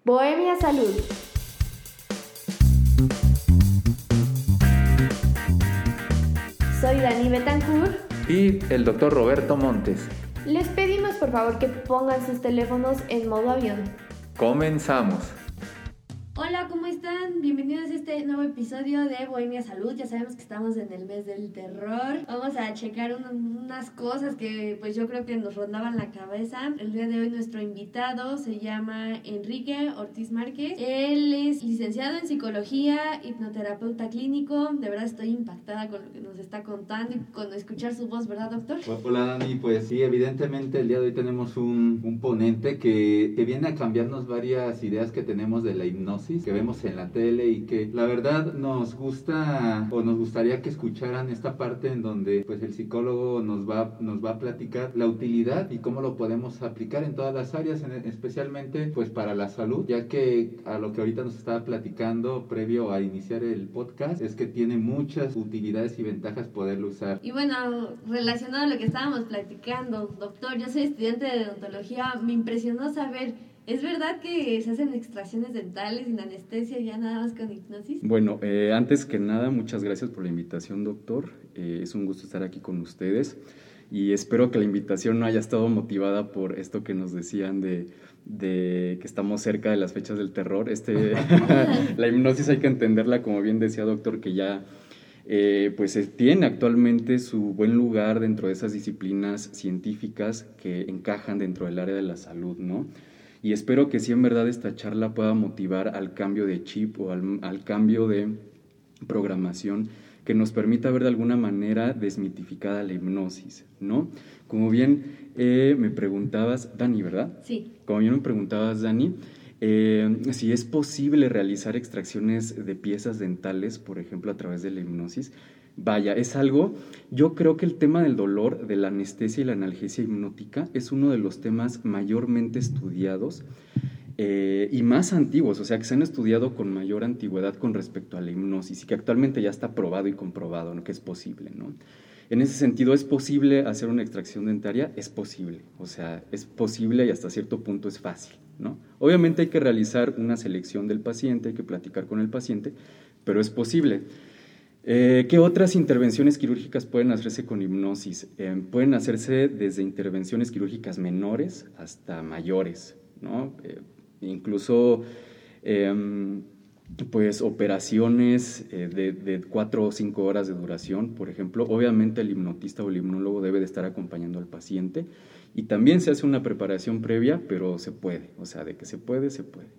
Bohemia Salud. Soy Dani Betancourt y el doctor Roberto Montes. Les pedimos por favor que pongan sus teléfonos en modo avión. Comenzamos. Hola, ¿cómo están? Bienvenidos a este nuevo episodio de Bohemia Salud. Ya sabemos que estamos en el mes del terror. Vamos a checar unas cosas que pues yo creo que nos rondaban la cabeza. El día de hoy nuestro invitado se llama Enrique Ortiz Márquez. Él es licenciado en psicología, hipnoterapeuta clínico. De verdad estoy impactada con lo que nos está contando y con escuchar su voz, ¿verdad, doctor? Hola, Dani. Pues sí, evidentemente el día de hoy tenemos un ponente que viene a cambiarnos varias ideas que tenemos de la hipnosis, que vemos en la tele, y que la verdad nos gustaría que escucharan esta parte en donde pues el psicólogo nos va a platicar la utilidad y cómo lo podemos aplicar en todas las áreas, especialmente pues para la salud, ya que a lo que ahorita nos estaba platicando previo a iniciar el podcast es que tiene muchas utilidades y ventajas poderlo usar. Y bueno, relacionado a lo que estábamos platicando, doctor, yo soy estudiante de odontología, me impresionó saber, ¿es verdad que se hacen extracciones dentales sin anestesia ya nada más con hipnosis? Bueno, antes que nada, muchas gracias por la invitación, doctor. Es un gusto estar aquí con ustedes y espero que la invitación no haya estado motivada por esto que nos decían de que estamos cerca de las fechas del terror. La hipnosis hay que entenderla, como bien decía doctor, que ya pues tiene actualmente su buen lugar dentro de esas disciplinas científicas que encajan dentro del área de la salud, ¿no? Y espero que sí, en verdad, esta charla pueda motivar al cambio de chip o al cambio de programación que nos permita ver de alguna manera desmitificada la hipnosis, ¿no? Como bien me preguntabas, Dani, ¿verdad? Sí. Como bien me preguntabas, Dani, si es posible realizar extracciones de piezas dentales, por ejemplo, a través de la hipnosis. Vaya, es algo, yo creo que el tema del dolor, de la anestesia y la analgesia hipnótica es uno de los temas mayormente estudiados y más antiguos, o sea, que se han estudiado con mayor antigüedad con respecto a la hipnosis y que actualmente ya está probado y comprobado, ¿no? Que es posible, ¿no? En ese sentido, ¿es posible hacer una extracción dentaria? Es posible, o sea, es posible y hasta cierto punto es fácil, ¿no? Obviamente hay que realizar una selección del paciente, hay que platicar con el paciente, pero es posible. ¿Qué otras intervenciones quirúrgicas pueden hacerse con hipnosis? Pueden hacerse desde intervenciones quirúrgicas menores hasta mayores, ¿no? Incluso pues operaciones de 4 o 5 horas de duración, por ejemplo. Obviamente el hipnotista o el hipnólogo debe de estar acompañando al paciente y también se hace una preparación previa, pero se puede, o sea, de que se puede, se puede.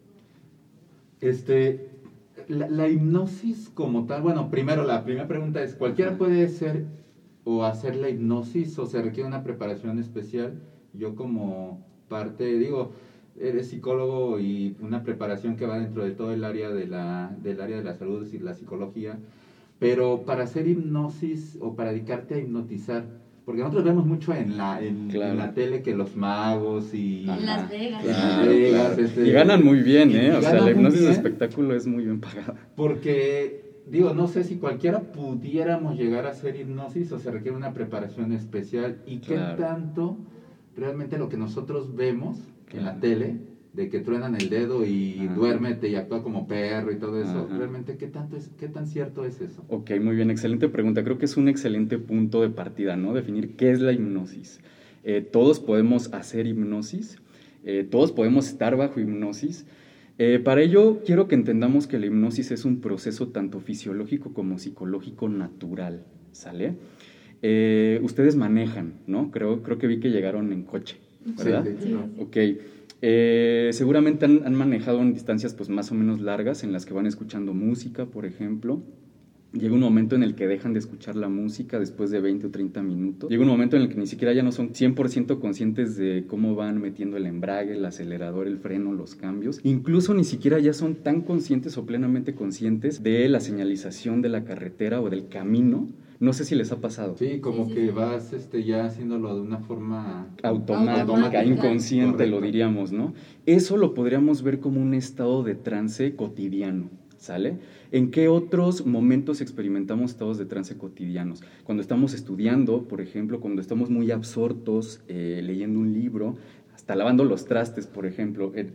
La hipnosis como tal, bueno, primero la primera pregunta es, ¿cualquiera puede ser o hacer la hipnosis o se requiere una preparación especial? Yo como parte, digo, eres psicólogo y una preparación que va dentro de todo el área del área de la salud y la psicología, pero para hacer hipnosis o para dedicarte a hipnotizar, porque nosotros vemos mucho en la tele que los magos y en Las Vegas. Claro. Y ganan muy bien, o sea, la hipnosis de espectáculo es muy bien pagada. Porque, digo, no sé si cualquiera pudiéramos llegar a hacer hipnosis o se requiere una preparación especial y Claro. qué tanto realmente lo que nosotros vemos en la tele, de que truenan el dedo y duérmete y actúa como perro y todo eso, realmente qué tan cierto es eso. Ok, muy bien, excelente pregunta. Creo que es un excelente punto de partida, ¿no? Definir qué es la hipnosis. Todos podemos hacer hipnosis, todos podemos estar bajo hipnosis. Para ello, quiero que entendamos que la hipnosis es un proceso tanto fisiológico como psicológico natural, ¿sale? Ustedes manejan, ¿no? Creo que vi que llegaron en coche, ¿verdad? Sí. Ok. Seguramente han manejado en distancias pues más o menos largas en las que van escuchando música, por ejemplo. Llega un momento en el que dejan de escuchar la música después de 20 o 30 minutos. Llega un momento en el que ni siquiera ya no son 100% conscientes de cómo van metiendo el embrague, el acelerador, el freno, los cambios. Incluso ni siquiera ya son tan conscientes o plenamente conscientes de la señalización de la carretera o del camino. No sé si les ha pasado. Sí, como que vas ya haciéndolo de una forma automática, inconsciente, correcto. Lo diríamos, ¿no? Eso lo podríamos ver como un estado de trance cotidiano, ¿sale? ¿En qué otros momentos experimentamos estados de trance cotidianos? Cuando estamos estudiando, por ejemplo, cuando estamos muy absortos leyendo un libro, hasta lavando los trastes, por ejemplo.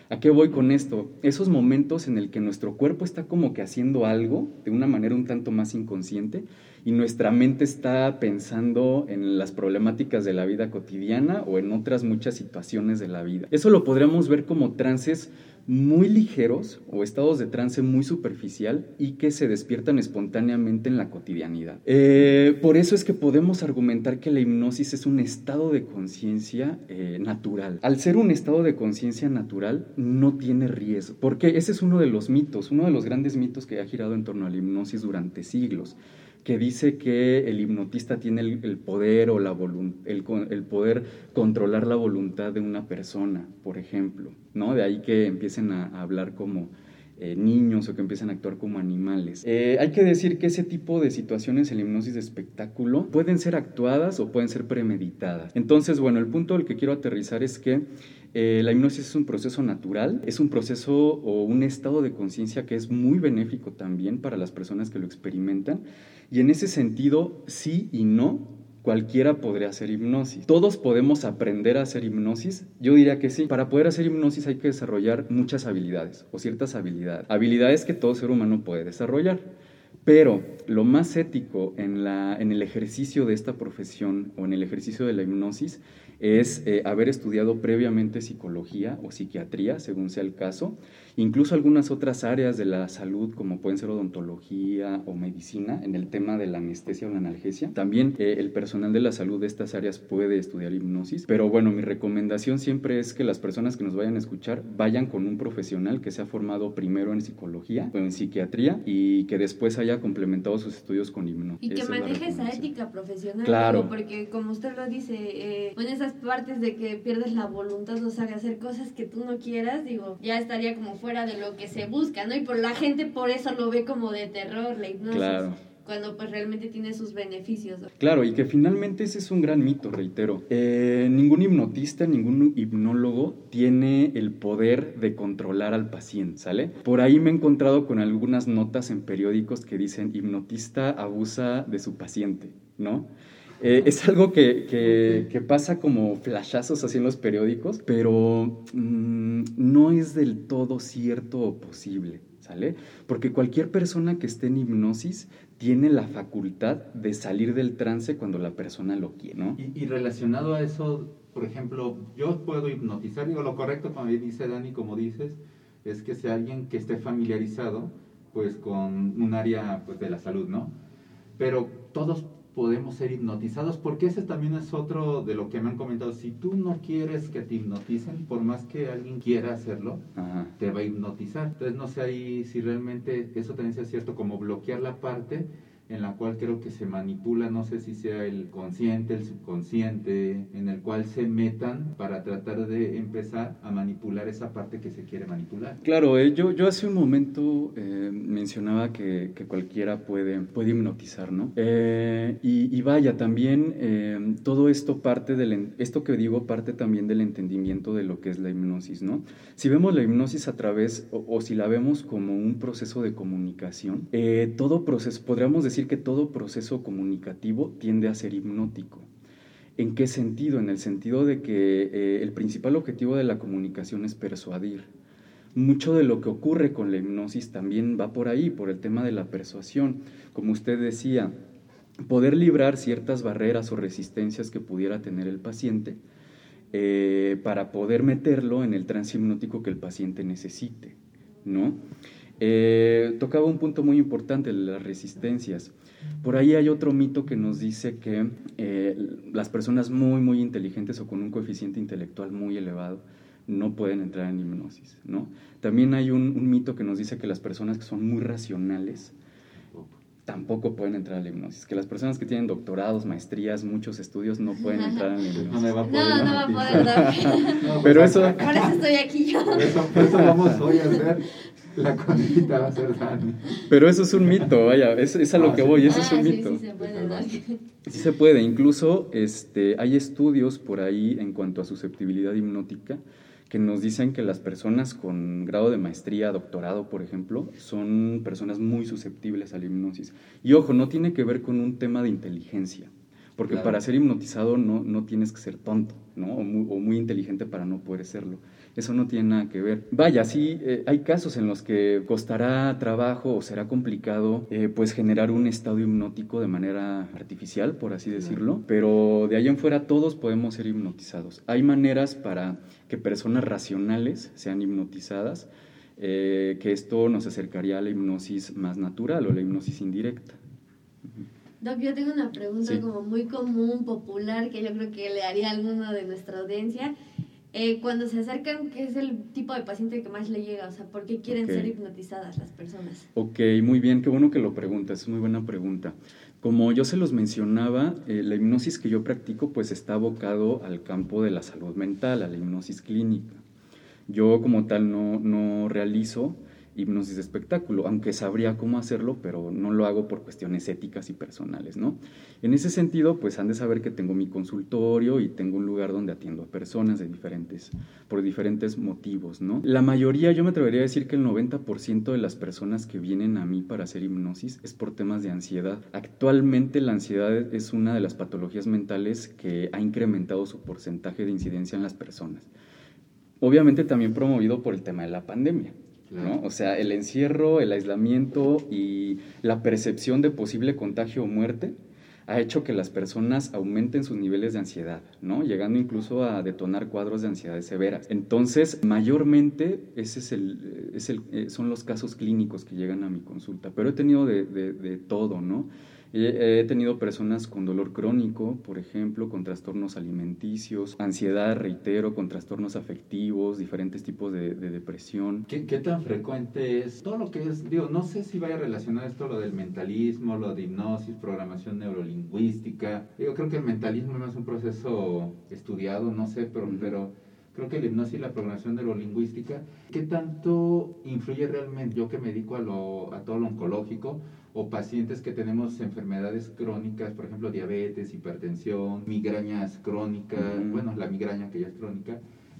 ¿A qué voy con esto? Esos momentos en el que nuestro cuerpo está como que haciendo algo de una manera un tanto más inconsciente y nuestra mente está pensando en las problemáticas de la vida cotidiana o en otras muchas situaciones de la vida. Eso lo podríamos ver como trances muy ligeros o estados de trance muy superficial y que se despiertan espontáneamente en la cotidianidad. Por eso es que podemos argumentar que la hipnosis es un estado de conciencia natural. Al ser un estado de conciencia natural, no tiene riesgo, porque ese es uno de los mitos, uno de los grandes mitos que ha girado en torno a la hipnosis durante siglos, que dice que el hipnotista tiene el poder o el poder controlar la voluntad de una persona, por ejemplo, ¿no? De ahí que empiecen a hablar como niños o que empiecen a actuar como animales. Hay que decir que ese tipo de situaciones en la hipnosis de espectáculo pueden ser actuadas o pueden ser premeditadas. Entonces, bueno, el punto al que quiero aterrizar es que la hipnosis es un proceso natural, es un proceso o un estado de conciencia que es muy benéfico también para las personas que lo experimentan, y en ese sentido, sí y no, cualquiera podría hacer hipnosis. ¿Todos podemos aprender a hacer hipnosis? Yo diría que sí. Para poder hacer hipnosis hay que desarrollar muchas habilidades o ciertas habilidades. Habilidades que todo ser humano puede desarrollar. Pero lo más ético en el ejercicio de esta profesión o en el ejercicio de la hipnosis es haber estudiado previamente psicología o psiquiatría, según sea el caso, incluso algunas otras áreas de la salud, como pueden ser odontología o medicina, en el tema de la anestesia o la analgesia. También el personal de la salud de estas áreas puede estudiar hipnosis, pero bueno, mi recomendación siempre es que las personas que nos vayan a escuchar vayan con un profesional que se ha formado primero en psicología o en psiquiatría y que después haya complementado sus estudios con hipnosis. Y que maneje esa ética profesional, claro. Digo, porque como usted lo dice, en esas partes de que pierdes la voluntad, o sea, de hacer cosas que tú no quieras, digo, ya estaría como fuera de lo que se busca, ¿no? Y por la gente por eso lo ve como de terror, la hipnosis. Claro. Cuando pues realmente tiene sus beneficios. Claro, y que finalmente ese es un gran mito, reitero. Ningún hipnotista, ningún hipnólogo tiene el poder de controlar al paciente, ¿sale? Por ahí me he encontrado con algunas notas en periódicos que dicen hipnotista abusa de su paciente, ¿no? Es algo que pasa como flashazos así en los periódicos, pero no es del todo cierto o posible, ¿sale? Porque cualquier persona que esté en hipnosis tiene la facultad de salir del trance cuando la persona lo quiere, ¿no? Y relacionado a eso, por ejemplo, yo puedo hipnotizar, digo, lo correcto, como dice Dani, como dices, es que sea alguien que esté familiarizado, pues, con un área, pues, de la salud, ¿no? Pero todos podemos ser hipnotizados, porque ese también es otro de lo que me han comentado. Si tú no quieres que te hipnoticen, por más que alguien quiera hacerlo, Ajá. te va a hipnotizar. Entonces no sé ahí si realmente eso también sea cierto, como bloquear la parte en la cual creo que se manipula, no sé si sea el consciente, el subconsciente, en el cual se metan para tratar de empezar a manipular esa parte que se quiere manipular. Claro, yo hace un momento mencionaba que cualquiera puede hipnotizar, ¿no? Y vaya, también todo esto esto que digo parte también del entendimiento de lo que es la hipnosis, ¿no? Si vemos la hipnosis a través, o si la vemos como un proceso de comunicación, podríamos decir que todo proceso comunicativo tiende a ser hipnótico. ¿En qué sentido? En el sentido de que el principal objetivo de la comunicación es persuadir. Mucho de lo que ocurre con la hipnosis también va por ahí, por el tema de la persuasión. Como usted decía, poder librar ciertas barreras o resistencias que pudiera tener el paciente para poder meterlo en el trance hipnótico que el paciente necesite, ¿no? Tocaba un punto muy importante, las resistencias. Por ahí hay otro mito que nos dice que las personas muy, muy inteligentes o con un coeficiente intelectual muy elevado no pueden entrar en hipnosis, ¿no? También hay un mito que nos dice que las personas que son muy racionales tampoco pueden entrar a la hipnosis, que las personas que tienen doctorados, maestrías, muchos estudios no pueden entrar en la hipnosis. No me va a poder. No va a poder. No, pero pues, eso... Por eso estoy aquí yo. Por eso vamos hoy a hacer la conejita, va a ser Dani. Pero eso es un mito, vaya, es a lo que voy, eso es un mito. Sí se puede, ¿no? Sí se puede, incluso hay estudios por ahí en cuanto a susceptibilidad hipnótica que nos dicen que las personas con grado de maestría, doctorado, por ejemplo, son personas muy susceptibles a la hipnosis. Y ojo, no tiene que ver con un tema de inteligencia, porque claro, para ser hipnotizado no tienes que ser tonto, ¿no? O muy inteligente para no poder serlo. Eso no tiene nada que ver. Vaya, sí, hay casos en los que costará trabajo o será complicado pues generar un estado hipnótico de manera artificial, por así decirlo, pero de ahí en fuera todos podemos ser hipnotizados. Hay maneras para que personas racionales sean hipnotizadas, que esto nos acercaría a la hipnosis más natural o la hipnosis indirecta. Doc, yo tengo una pregunta Sí. como muy común, popular, que yo creo que le haría a alguno de nuestra audiencia. Cuando se acercan, ¿qué es el tipo de paciente que más le llega? O sea, ¿por qué quieren Ok. ser hipnotizadas las personas? Ok, muy bien, qué bueno que lo preguntas, es muy buena pregunta. Como yo se los mencionaba, la hipnosis que yo practico pues está abocado al campo de la salud mental, a la hipnosis clínica. Yo como tal no realizo hipnosis de espectáculo, aunque sabría cómo hacerlo, pero no lo hago por cuestiones éticas y personales, ¿no? En ese sentido, pues han de saber que tengo mi consultorio y tengo un lugar donde atiendo a personas por diferentes motivos, ¿no? La mayoría, yo me atrevería a decir que el 90% de las personas que vienen a mí para hacer hipnosis es por temas de ansiedad. Actualmente la ansiedad es una de las patologías mentales que ha incrementado su porcentaje de incidencia en las personas. Obviamente también promovido por el tema de la pandemia, ¿no? O sea, el encierro, el aislamiento y la percepción de posible contagio o muerte ha hecho que las personas aumenten sus niveles de ansiedad, ¿no? Llegando incluso a detonar cuadros de ansiedad severas. Entonces, mayormente, son los casos clínicos que llegan a mi consulta, pero he tenido de todo, ¿no? He tenido personas con dolor crónico, por ejemplo, con trastornos alimenticios, ansiedad, reitero, con trastornos afectivos, diferentes tipos de depresión. ¿Qué tan frecuente es todo lo que es? Digo, no sé si vaya a relacionar esto lo del mentalismo, lo de hipnosis, programación neurolingüística. Digo, creo que el mentalismo no es un proceso estudiado, no sé, pero creo que la hipnosis y la programación neurolingüística, ¿qué tanto influye realmente? Yo que me dedico a todo lo oncológico, o pacientes que tenemos enfermedades crónicas, por ejemplo, diabetes, hipertensión, migrañas crónicas, bueno, la migraña que ya es crónica,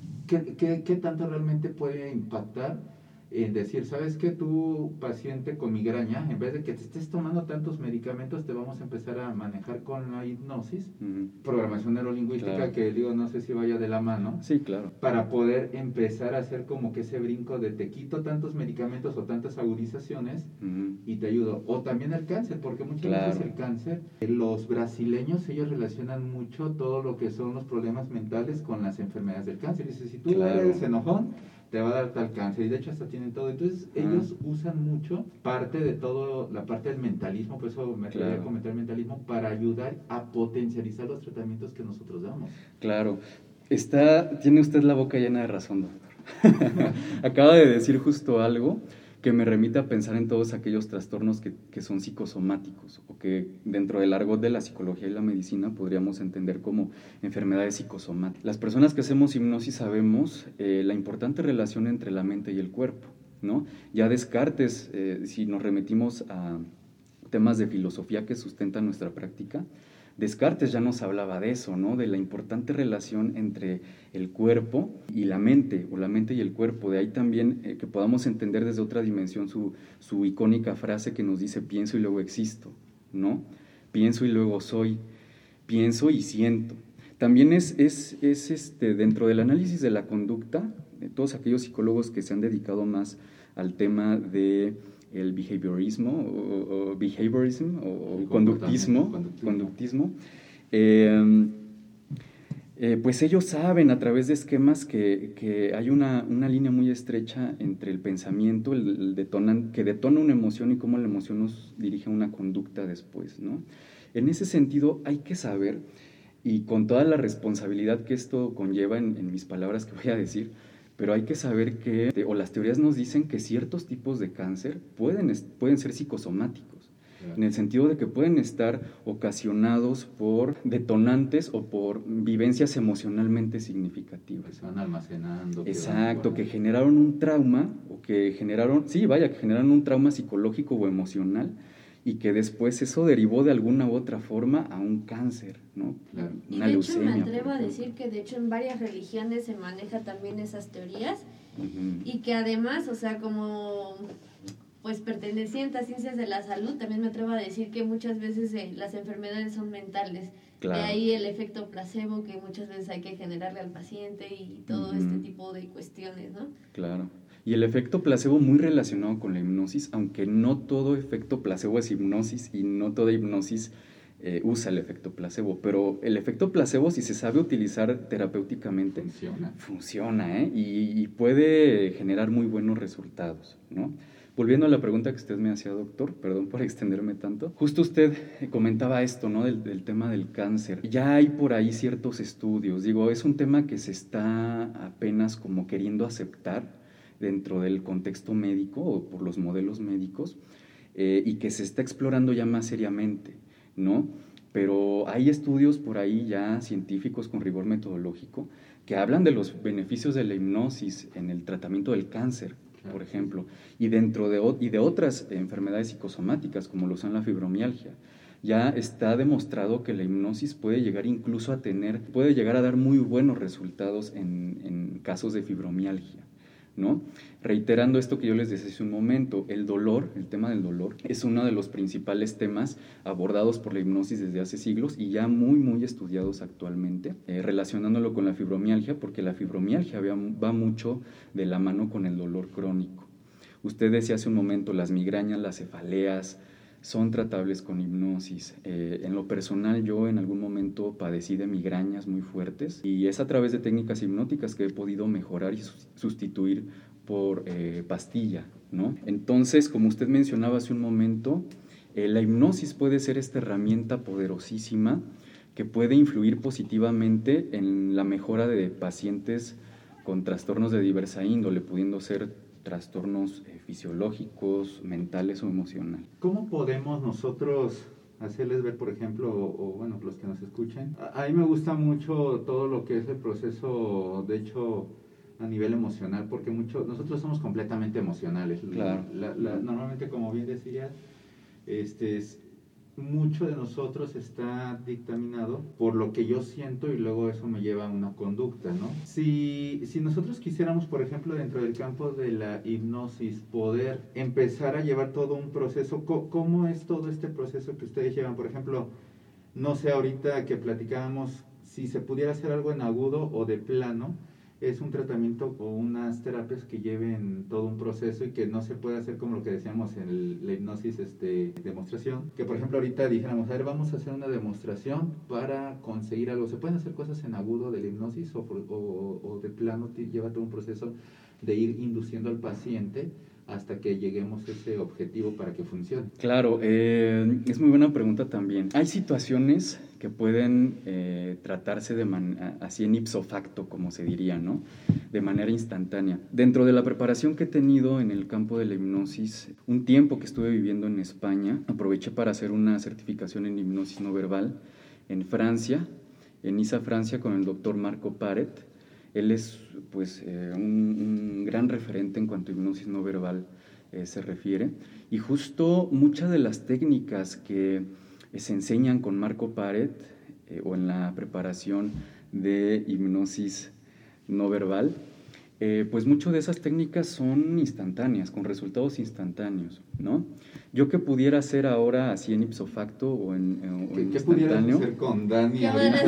¿qué tanto realmente puede impactar en decir, sabes que tu paciente con migraña, en vez de que te estés tomando tantos medicamentos, te vamos a empezar a manejar con la hipnosis, programación neurolingüística, claro, que digo, no sé si vaya de la mano, sí, claro, para poder empezar a hacer como que ese brinco de te quito tantos medicamentos o tantas agudizaciones y te ayudo. O también el cáncer, porque muchas veces el cáncer, los brasileños, ellos relacionan mucho todo lo que son los problemas mentales con las enfermedades del cáncer. Dice, si tú eres enojón, te va a dar tal cáncer, y de hecho hasta tienen todo. Entonces ellos usan mucho parte de todo, la parte del mentalismo, por eso me atreví a comentar el mentalismo, para ayudar a potencializar los tratamientos que nosotros damos. Claro, tiene usted la boca llena de razón, doctor. Acaba de decir justo algo que me remite a pensar en todos aquellos trastornos que son psicosomáticos, o que dentro del argot de la psicología y la medicina podríamos entender como enfermedades psicosomáticas. Las personas que hacemos hipnosis sabemos la importante relación entre la mente y el cuerpo, ¿no? Ya Descartes, si nos remitimos a temas de filosofía que sustentan nuestra práctica, Descartes ya nos hablaba de eso, ¿no? De la importante relación entre el cuerpo y la mente, o la mente y el cuerpo. De ahí también que podamos entender desde otra dimensión su icónica frase que nos dice pienso y luego existo, ¿no? Pienso y luego soy, pienso y siento. También es dentro del análisis de la conducta, de todos aquellos psicólogos que se han dedicado más al tema de el behaviorismo o conductismo, pues ellos saben a través de esquemas que hay una línea muy estrecha entre el pensamiento, que detona una emoción y cómo la emoción nos dirige a una conducta después, ¿no? En ese sentido hay que saber, y con toda la responsabilidad que esto conlleva en mis palabras que voy a decir, pero hay que saber las teorías nos dicen que ciertos tipos de cáncer pueden ser psicosomáticos, en el sentido de que pueden estar ocasionados por detonantes o por vivencias emocionalmente significativas. Que se van almacenando. Exacto, que generaron un trauma, que generaron un trauma psicológico o emocional, y que después eso derivó de alguna u otra forma a un cáncer, ¿no? Claro. Una leucemia. Y de hecho me atrevo a decir que de hecho en varias religiones se maneja también esas teorías, y que además, o sea, como pues perteneciente a ciencias de la salud, también me atrevo a decir que muchas veces las enfermedades son mentales. Claro. De ahí el efecto placebo que muchas veces hay que generarle al paciente y todo este tipo de cuestiones, ¿no? Claro. Y el efecto placebo muy relacionado con la hipnosis, aunque no todo efecto placebo es hipnosis y no toda hipnosis usa el efecto placebo, pero el efecto placebo, si se sabe utilizar terapéuticamente, funciona, ¿eh? Y puede generar muy buenos resultados, ¿no? Volviendo a la pregunta que usted me hacía, doctor, perdón por extenderme tanto, justo usted comentaba esto, ¿no? Del tema del cáncer. Ya hay por ahí ciertos estudios, digo, es un tema que se está apenas como queriendo aceptar dentro del contexto médico o por los modelos médicos y que se está explorando ya más seriamente, ¿no? Pero hay estudios por ahí ya científicos con rigor metodológico que hablan de los beneficios de la hipnosis en el tratamiento del cáncer, por ejemplo, y de otras enfermedades psicosomáticas como lo son la fibromialgia. Ya está demostrado que la hipnosis puede llegar incluso puede llegar a dar muy buenos resultados en casos de fibromialgia, ¿no? Reiterando esto que yo les decía hace un momento, el tema del dolor, es uno de los principales temas abordados por la hipnosis desde hace siglos y ya muy, muy estudiados actualmente, relacionándolo con la fibromialgia, porque la fibromialgia va mucho de la mano con el dolor crónico. Usted decía hace un momento, las migrañas, las cefaleas, son tratables con hipnosis. En lo personal, yo en algún momento padecí de migrañas muy fuertes y es a través de técnicas hipnóticas que he podido mejorar y sustituir por pastilla, ¿no? Entonces, como usted mencionaba hace un momento, la hipnosis puede ser esta herramienta poderosísima que puede influir positivamente en la mejora de pacientes con trastornos de diversa índole, pudiendo ser trastornos fisiológicos, mentales o emocionales. ¿Cómo podemos nosotros hacerles ver, por ejemplo, o bueno, los que nos escuchen? A mí me gusta mucho todo lo que es el proceso, de hecho, a nivel emocional, porque nosotros somos completamente emocionales. Claro. Normalmente, como bien decías, mucho de nosotros está dictaminado por lo que yo siento y luego eso me lleva a una conducta, ¿no? Si nosotros quisiéramos, por ejemplo, dentro del campo de la hipnosis, poder empezar a llevar todo un proceso, ¿cómo es todo este proceso que ustedes llevan? Por ejemplo, no sé, ahorita que platicábamos, si se pudiera hacer algo en agudo o de plano, es un tratamiento o unas terapias que lleven todo un proceso y que no se puede hacer como lo que decíamos en la hipnosis demostración, que por ejemplo ahorita dijéramos, a ver, vamos a hacer una demostración para conseguir algo. ¿Se pueden hacer cosas en agudo de la hipnosis o de plano lleva todo un proceso de ir induciendo al paciente hasta que lleguemos a ese objetivo para que funcione? Claro, es muy buena pregunta también. Hay situaciones que pueden tratarse así en ipso facto, como se diría, ¿no? De manera instantánea. Dentro de la preparación que he tenido en el campo de la hipnosis, un tiempo que estuve viviendo en España, aproveché para hacer una certificación en hipnosis no verbal en Francia, en Niza, Francia, con el doctor Marco Paret. Él es pues un gran referente en cuanto a hipnosis no verbal se refiere. Y justo muchas de las técnicas que se enseñan con Marco Paret o en la preparación de hipnosis no verbal, pues muchas de esas técnicas son instantáneas, con resultados instantáneos, ¿no? Yo que pudiera hacer ahora así en ipso facto o en instantáneo. ¿Qué pudieras hacer con Dani?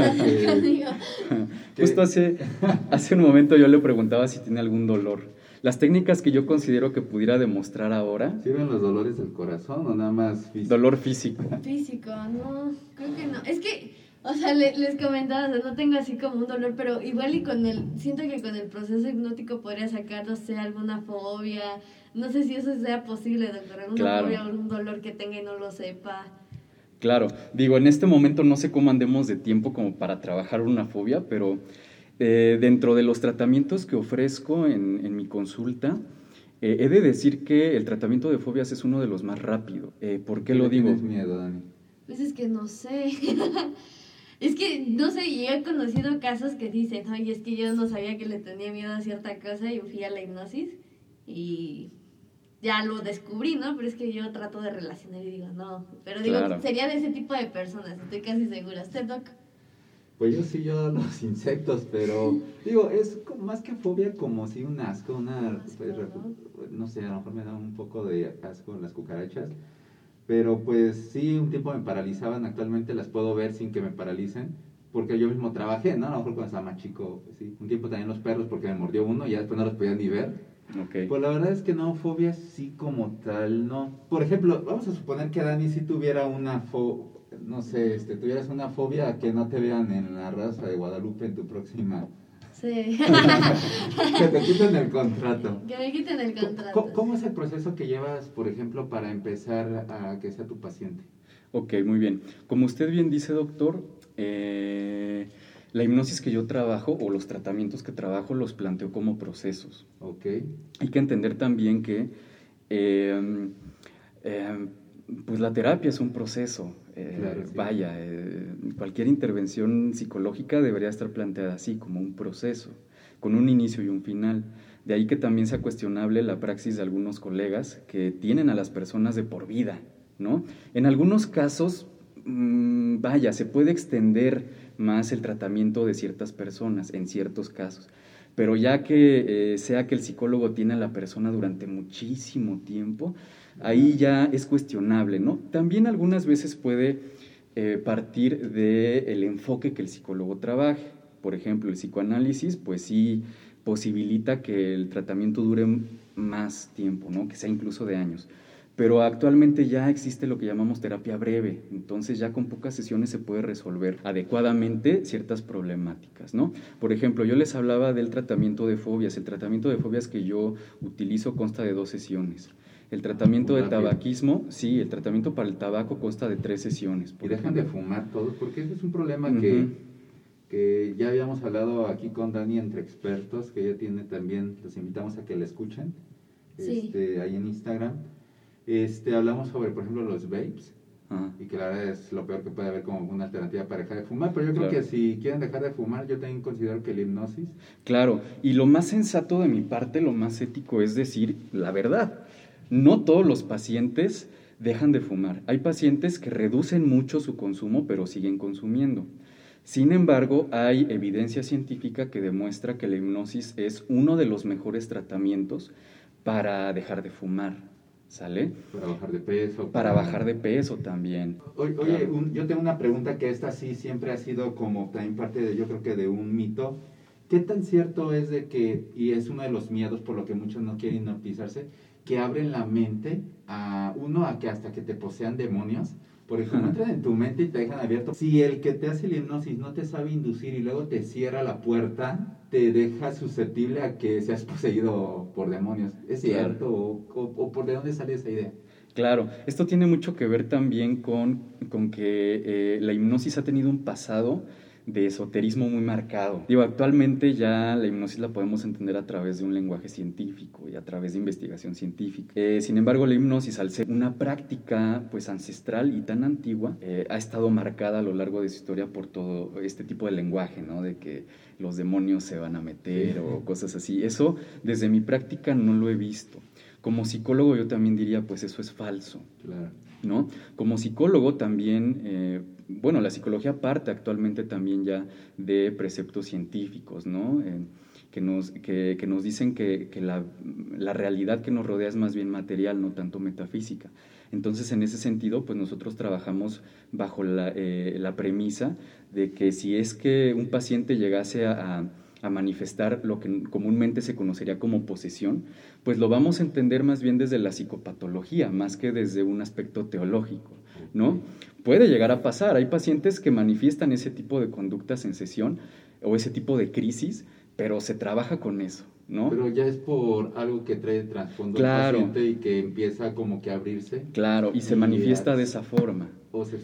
Justo hace un momento yo le preguntaba si tiene algún dolor. Las técnicas que yo considero que pudiera demostrar ahora... ¿Sirven los dolores del corazón o nada más físico? Dolor físico. Físico, no, creo que no. Es que, o sea, les comentaba, o sea, no tengo así como un dolor, pero igual y siento que con el proceso hipnótico podría sacar, no sé, alguna fobia. No sé si eso sea posible, doctor, alguna fobia o algún dolor que tenga y no lo sepa. Claro, digo, en este momento no sé cómo andemos de tiempo como para trabajar una fobia, pero... dentro de los tratamientos que ofrezco en mi consulta, he de decir que el tratamiento de fobias es uno de los más rápidos. ¿Por qué lo digo? ¿Tienes miedo, Dani? Pues es que no sé. Es que, no sé, yo he conocido casos que dicen, oye, es que yo no sabía que le tenía miedo a cierta cosa y fui a la hipnosis y ya lo descubrí, ¿no? Pero es que yo trato de relacionar y digo, no. Pero digo, claro, sería de ese tipo de personas, estoy casi segura. ¿Usted, Doc? Pues yo los insectos, pero digo, es más que fobia como si un asco, no sé, a lo mejor me da un poco de asco las cucarachas, Pero pues sí, un tiempo me paralizaban, actualmente las puedo ver sin que me paralicen, porque yo mismo trabajé, ¿no? A lo mejor cuando estaba más chico, pues sí. Un tiempo también los perros porque me mordió uno y ya después no los podía ni ver. Ok. Pues la verdad es que no, fobias sí como tal, no. Por ejemplo, vamos a suponer que Dani sí tuviera no sé, tuvieras una fobia a que no te vean en la Raza de Guadalupe en tu próxima... Sí. Que te quiten el contrato. Que me quiten el contrato. ¿Cómo es el proceso que llevas, por ejemplo, para empezar a que sea tu paciente? Ok, muy bien. Como usted bien dice, doctor, la hipnosis que yo trabajo o los tratamientos que trabajo los planteo como procesos. Ok. Hay que entender también que pues la terapia es un proceso. Claro, sí. Vaya, cualquier intervención psicológica debería estar planteada así, como un proceso, con un inicio y un final. De ahí que también sea cuestionable la praxis de algunos colegas que tienen a las personas de por vida, ¿no? En algunos casos, vaya, se puede extender más el tratamiento de ciertas personas, en ciertos casos. Pero ya que sea que el psicólogo tiene a la persona durante muchísimo tiempo, ahí ya es cuestionable, ¿no? También algunas veces puede partir del enfoque que el psicólogo trabaje. Por ejemplo, el psicoanálisis, pues sí posibilita que el tratamiento dure más tiempo, ¿no? Que sea incluso de años. Pero actualmente ya existe lo que llamamos terapia breve, entonces ya con pocas sesiones se puede resolver adecuadamente ciertas problemáticas, ¿no? Por ejemplo, yo les hablaba del tratamiento de fobias. El tratamiento de fobias que yo utilizo consta de 2 sesiones. El tratamiento de tabaquismo, sí, el tratamiento para el tabaco consta de 3 sesiones. Y dejan de fumar todos, porque ese es un problema que ya habíamos hablado aquí con Dani entre expertos, que ella tiene también, los invitamos a que la escuchen, Sí. Ahí en Instagram. Hablamos sobre, por ejemplo, los vapes, y que la verdad es lo peor que puede haber como una alternativa para dejar de fumar, pero yo creo que si quieren dejar de fumar, yo también considero que la hipnosis... Claro, y lo más sensato de mi parte, lo más ético es decir la verdad. No todos los pacientes dejan de fumar. Hay pacientes que reducen mucho su consumo, pero siguen consumiendo. Sin embargo, hay evidencia científica que demuestra que la hipnosis es uno de los mejores tratamientos para dejar de fumar, ¿sale? Para bajar de peso. Para bajar de peso también. Oye, Claro. yo tengo una pregunta que esta sí siempre ha sido como también parte de, yo creo que de un mito. ¿Qué tan cierto es de que, y es uno de los miedos por lo que muchos no quieren hipnotizarse, que abren la mente a que hasta que te posean demonios? Porque como entran en tu mente y te dejan abierto, si el que te hace la hipnosis no te sabe inducir y luego te cierra la puerta, te deja susceptible a que seas poseído por demonios. ¿Es cierto? ¿O por de dónde sale esa idea? Claro, esto tiene mucho que ver también con que la hipnosis ha tenido un pasado de esoterismo muy marcado. Digo, actualmente ya la hipnosis la podemos entender a través de un lenguaje científico y a través de investigación científica. Sin embargo, la hipnosis, al ser una práctica pues ancestral y tan antigua, ha estado marcada a lo largo de su historia por todo este tipo de lenguaje, ¿no? De que los demonios se van a meter o cosas así. Eso, desde mi práctica, no lo he visto. Como psicólogo yo también diría, pues eso es falso. Claro. ¿No? Como psicólogo también, la psicología parte actualmente también ya de preceptos científicos, ¿no? Que nos dicen que la realidad que nos rodea es más bien material, no tanto metafísica. Entonces, en ese sentido, pues nosotros trabajamos bajo la premisa de que si es que un paciente llegase a manifestar lo que comúnmente se conocería como posesión, pues lo vamos a entender más bien desde la psicopatología, más que desde un aspecto teológico, ¿no? Puede llegar a pasar, hay pacientes que manifiestan ese tipo de conductas en sesión o ese tipo de crisis, pero se trabaja con eso, ¿no? Pero ya es por algo que trae trasfondo el paciente y que empieza como que a abrirse. Claro, y se manifiesta de esa forma. O se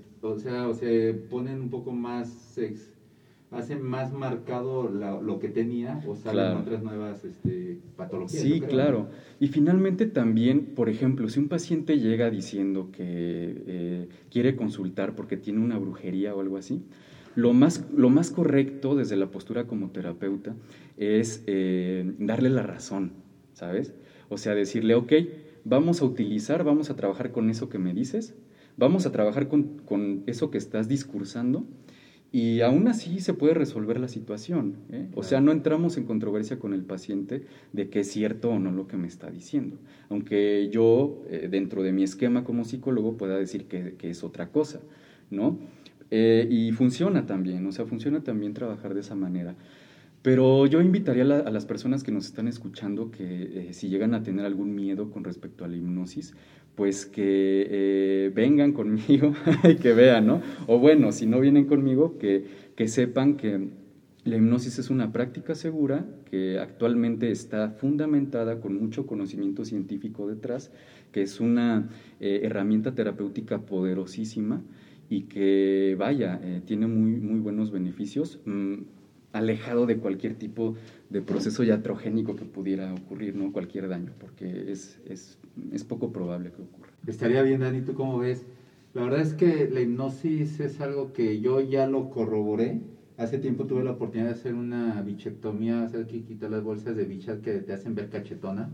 ponen un poco más... hace más marcado lo que tenía o salen otras nuevas patologías. Sí, claro. Y finalmente también, por ejemplo, si un paciente llega diciendo que quiere consultar porque tiene una brujería o algo así, lo más correcto desde la postura como terapeuta es darle la razón, ¿sabes? O sea, decirle, ok, vamos a trabajar con eso que me dices, vamos a trabajar con eso que estás discursando, y aún así se puede resolver la situación, ¿eh? O sea, no entramos en controversia con el paciente de que es cierto o no lo que me está diciendo, aunque yo, dentro de mi esquema como psicólogo, pueda decir que es otra cosa, ¿no? Y funciona también, o sea, funciona también trabajar de esa manera. Pero yo invitaría a las personas que nos están escuchando que si llegan a tener algún miedo con respecto a la hipnosis, pues que vengan conmigo y que vean, ¿no? O bueno, si no vienen conmigo, que sepan que la hipnosis es una práctica segura, que actualmente está fundamentada con mucho conocimiento científico detrás, que es una herramienta terapéutica poderosísima y que, vaya, tiene muy buenos beneficios, alejado de cualquier tipo de proceso iatrogénico que pudiera ocurrir, ¿no? Cualquier daño, porque es poco probable que ocurra. Estaría bien, Dani, ¿tú cómo ves? La verdad es que la hipnosis es algo que yo ya lo corroboré. Hace tiempo tuve la oportunidad de hacer una bichectomía, o sea, que quitar las bolsas de bichas que te hacen ver cachetona,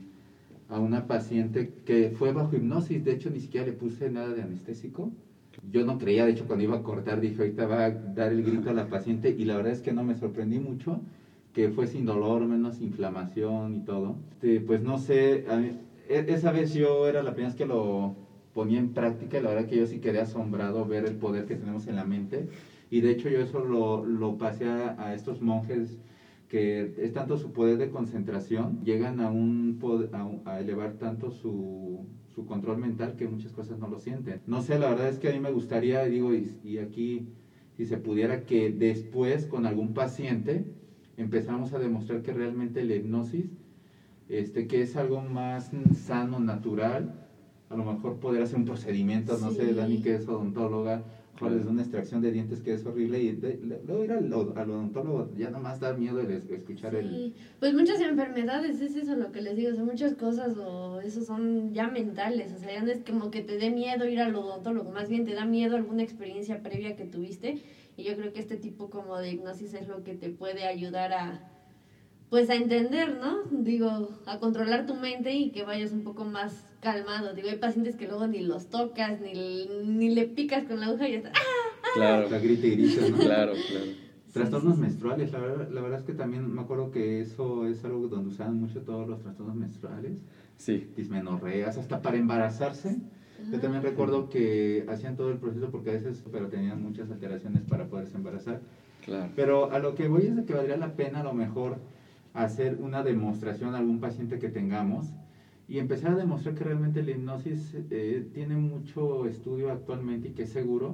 a una paciente que fue bajo hipnosis. De hecho, ni siquiera le puse nada de anestésico. Yo no creía, de hecho, cuando iba a cortar, dije, ahorita va a dar el grito a la paciente, y la verdad es que no me sorprendí mucho, que fue sin dolor, menos inflamación y todo. Pues no sé, esa vez yo era la primera vez que lo ponía en práctica, y la verdad que yo sí quedé asombrado ver el poder que tenemos en la mente, y de hecho yo eso lo pasé a estos monjes, que es tanto su poder de concentración, llegan a elevar tanto su control mental, que muchas cosas no lo sienten. No sé, la verdad es que a mí me gustaría, digo, y aquí, si se pudiera, que después con algún paciente empezamos a demostrar que realmente la hipnosis, que es algo más sano, natural, a lo mejor poder hacer un procedimiento, no sé, Dani, que es odontóloga, desde una extracción de dientes que es horrible, y luego ir al odontólogo ya nomás da miedo el escuchar Pues muchas enfermedades, es eso lo que les digo, son muchas cosas, o eso son ya mentales, o sea, ya no es como que te dé miedo ir al odontólogo, más bien te da miedo alguna experiencia previa que tuviste, y yo creo que este tipo como de hipnosis es lo que te puede ayudar a entender, ¿no? Digo, a controlar tu mente y que vayas un poco más calmado. Digo, hay pacientes que luego ni los tocas, ni le picas con la aguja y ya está. Claro. La grita y grita, ¿no? Claro. Trastornos menstruales, la verdad es que también me acuerdo que eso es algo donde usaban mucho todos los trastornos menstruales. Sí. Dismenorreas, hasta para embarazarse. Yo también recuerdo que hacían todo el proceso porque a veces, pero tenían muchas alteraciones para poderse embarazar. Claro. Pero a lo que voy es de que valdría la pena a lo mejor hacer una demostración a algún paciente que tengamos y empezar a demostrar que realmente la hipnosis tiene mucho estudio actualmente y que es seguro,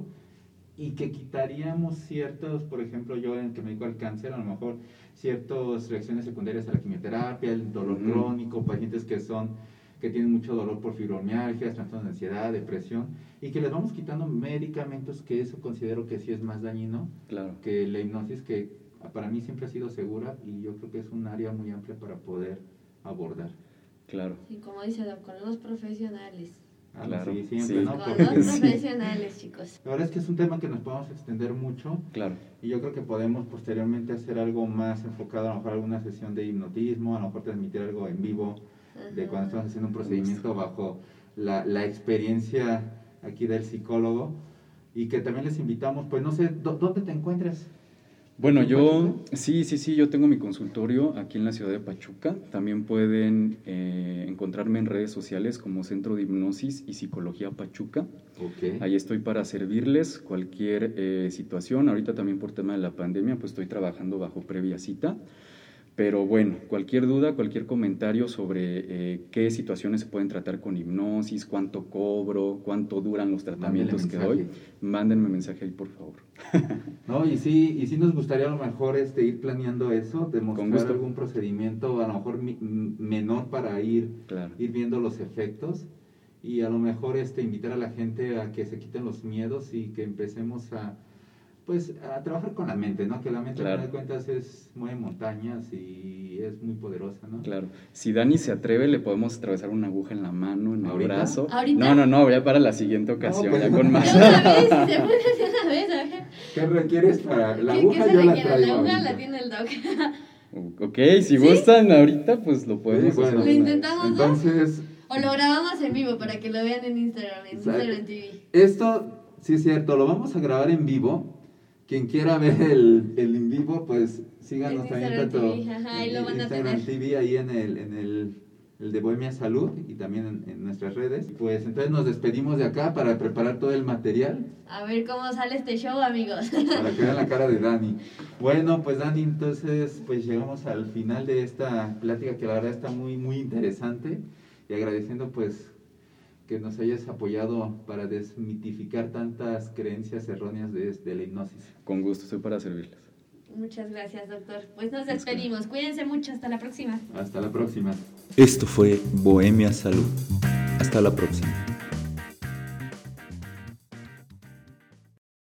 y que quitaríamos ciertos, por ejemplo, yo en que me dedico al cáncer, a lo mejor ciertas reacciones secundarias a la quimioterapia, el dolor crónico, pacientes que tienen mucho dolor por fibromialgia, trastornos de ansiedad, depresión, y que les vamos quitando medicamentos, que eso considero que sí es más dañino que la hipnosis, que para mí siempre ha sido segura, y yo creo que es un área muy amplia para poder abordar. Claro. Y como dice Doc, con los profesionales. Claro. Sí, siempre, sí. ¿no? Con los profesionales, chicos. La verdad es que es un tema que nos podemos extender mucho. Claro. Y yo creo que podemos posteriormente hacer algo más enfocado, a lo mejor alguna sesión de hipnotismo, a lo mejor transmitir algo en vivo, de cuando estamos haciendo un procedimiento bajo la experiencia aquí del psicólogo, y que también les invitamos, pues no sé, ¿dónde te encuentras? Bueno, yo yo tengo mi consultorio aquí en la ciudad de Pachuca. También pueden encontrarme en redes sociales como Centro de Hipnosis y Psicología Pachuca. Okay. Ahí estoy para servirles cualquier situación. Ahorita también por tema de la pandemia, pues estoy trabajando bajo previa cita. Pero bueno, cualquier duda, cualquier comentario sobre qué situaciones se pueden tratar con hipnosis, cuánto cobro, cuánto duran los tratamientos que doy, mándenme mensaje ahí, por favor. No, y sí nos gustaría a lo mejor ir planeando eso, demostrar algún procedimiento a lo mejor menor para ir viendo los efectos, y a lo mejor invitar a la gente a que se quiten los miedos y que empecemos a trabajar con la mente, ¿no? Que la mente, al final de cuentas, mueve montañas y es muy poderosa, ¿no? Claro. Si Dani se atreve, le podemos atravesar una aguja en la mano, en el brazo. ¿Ahorita? No, ya para la siguiente ocasión, pues, ya con más. De una vez, si se puede hacer una vez, a ver. ¿Qué requieres para la aguja? ¿Qué se Yo la requiere? traigo La aguja ahorita. la tiene el Doc. Ok, si gustan ahorita, pues lo podemos Sí, bueno, hacer. Lo intentamos, ¿no? Entonces, O lo grabamos en vivo para que lo vean en Instagram TV. esto, sí es cierto, lo vamos a grabar en vivo, quien quiera ver el en vivo, pues síganos En también Instagram tanto TV, ajá, ahí lo van a Instagram tener. TV, ahí en el de Bohemia Salud y también en nuestras redes. Pues entonces nos despedimos de acá para preparar todo el material. A ver cómo sale este show, amigos. Para que vean la cara de Dani. Bueno, pues Dani, entonces pues llegamos al final de esta plática que la verdad está muy, muy interesante y agradeciendo pues que nos hayas apoyado para desmitificar tantas creencias erróneas de la hipnosis. Con gusto, estoy para servirles. Muchas gracias, doctor. Pues nos despedimos. Cuídense mucho. Hasta la próxima. Hasta la próxima. Esto fue Bohemia Salud. Hasta la próxima.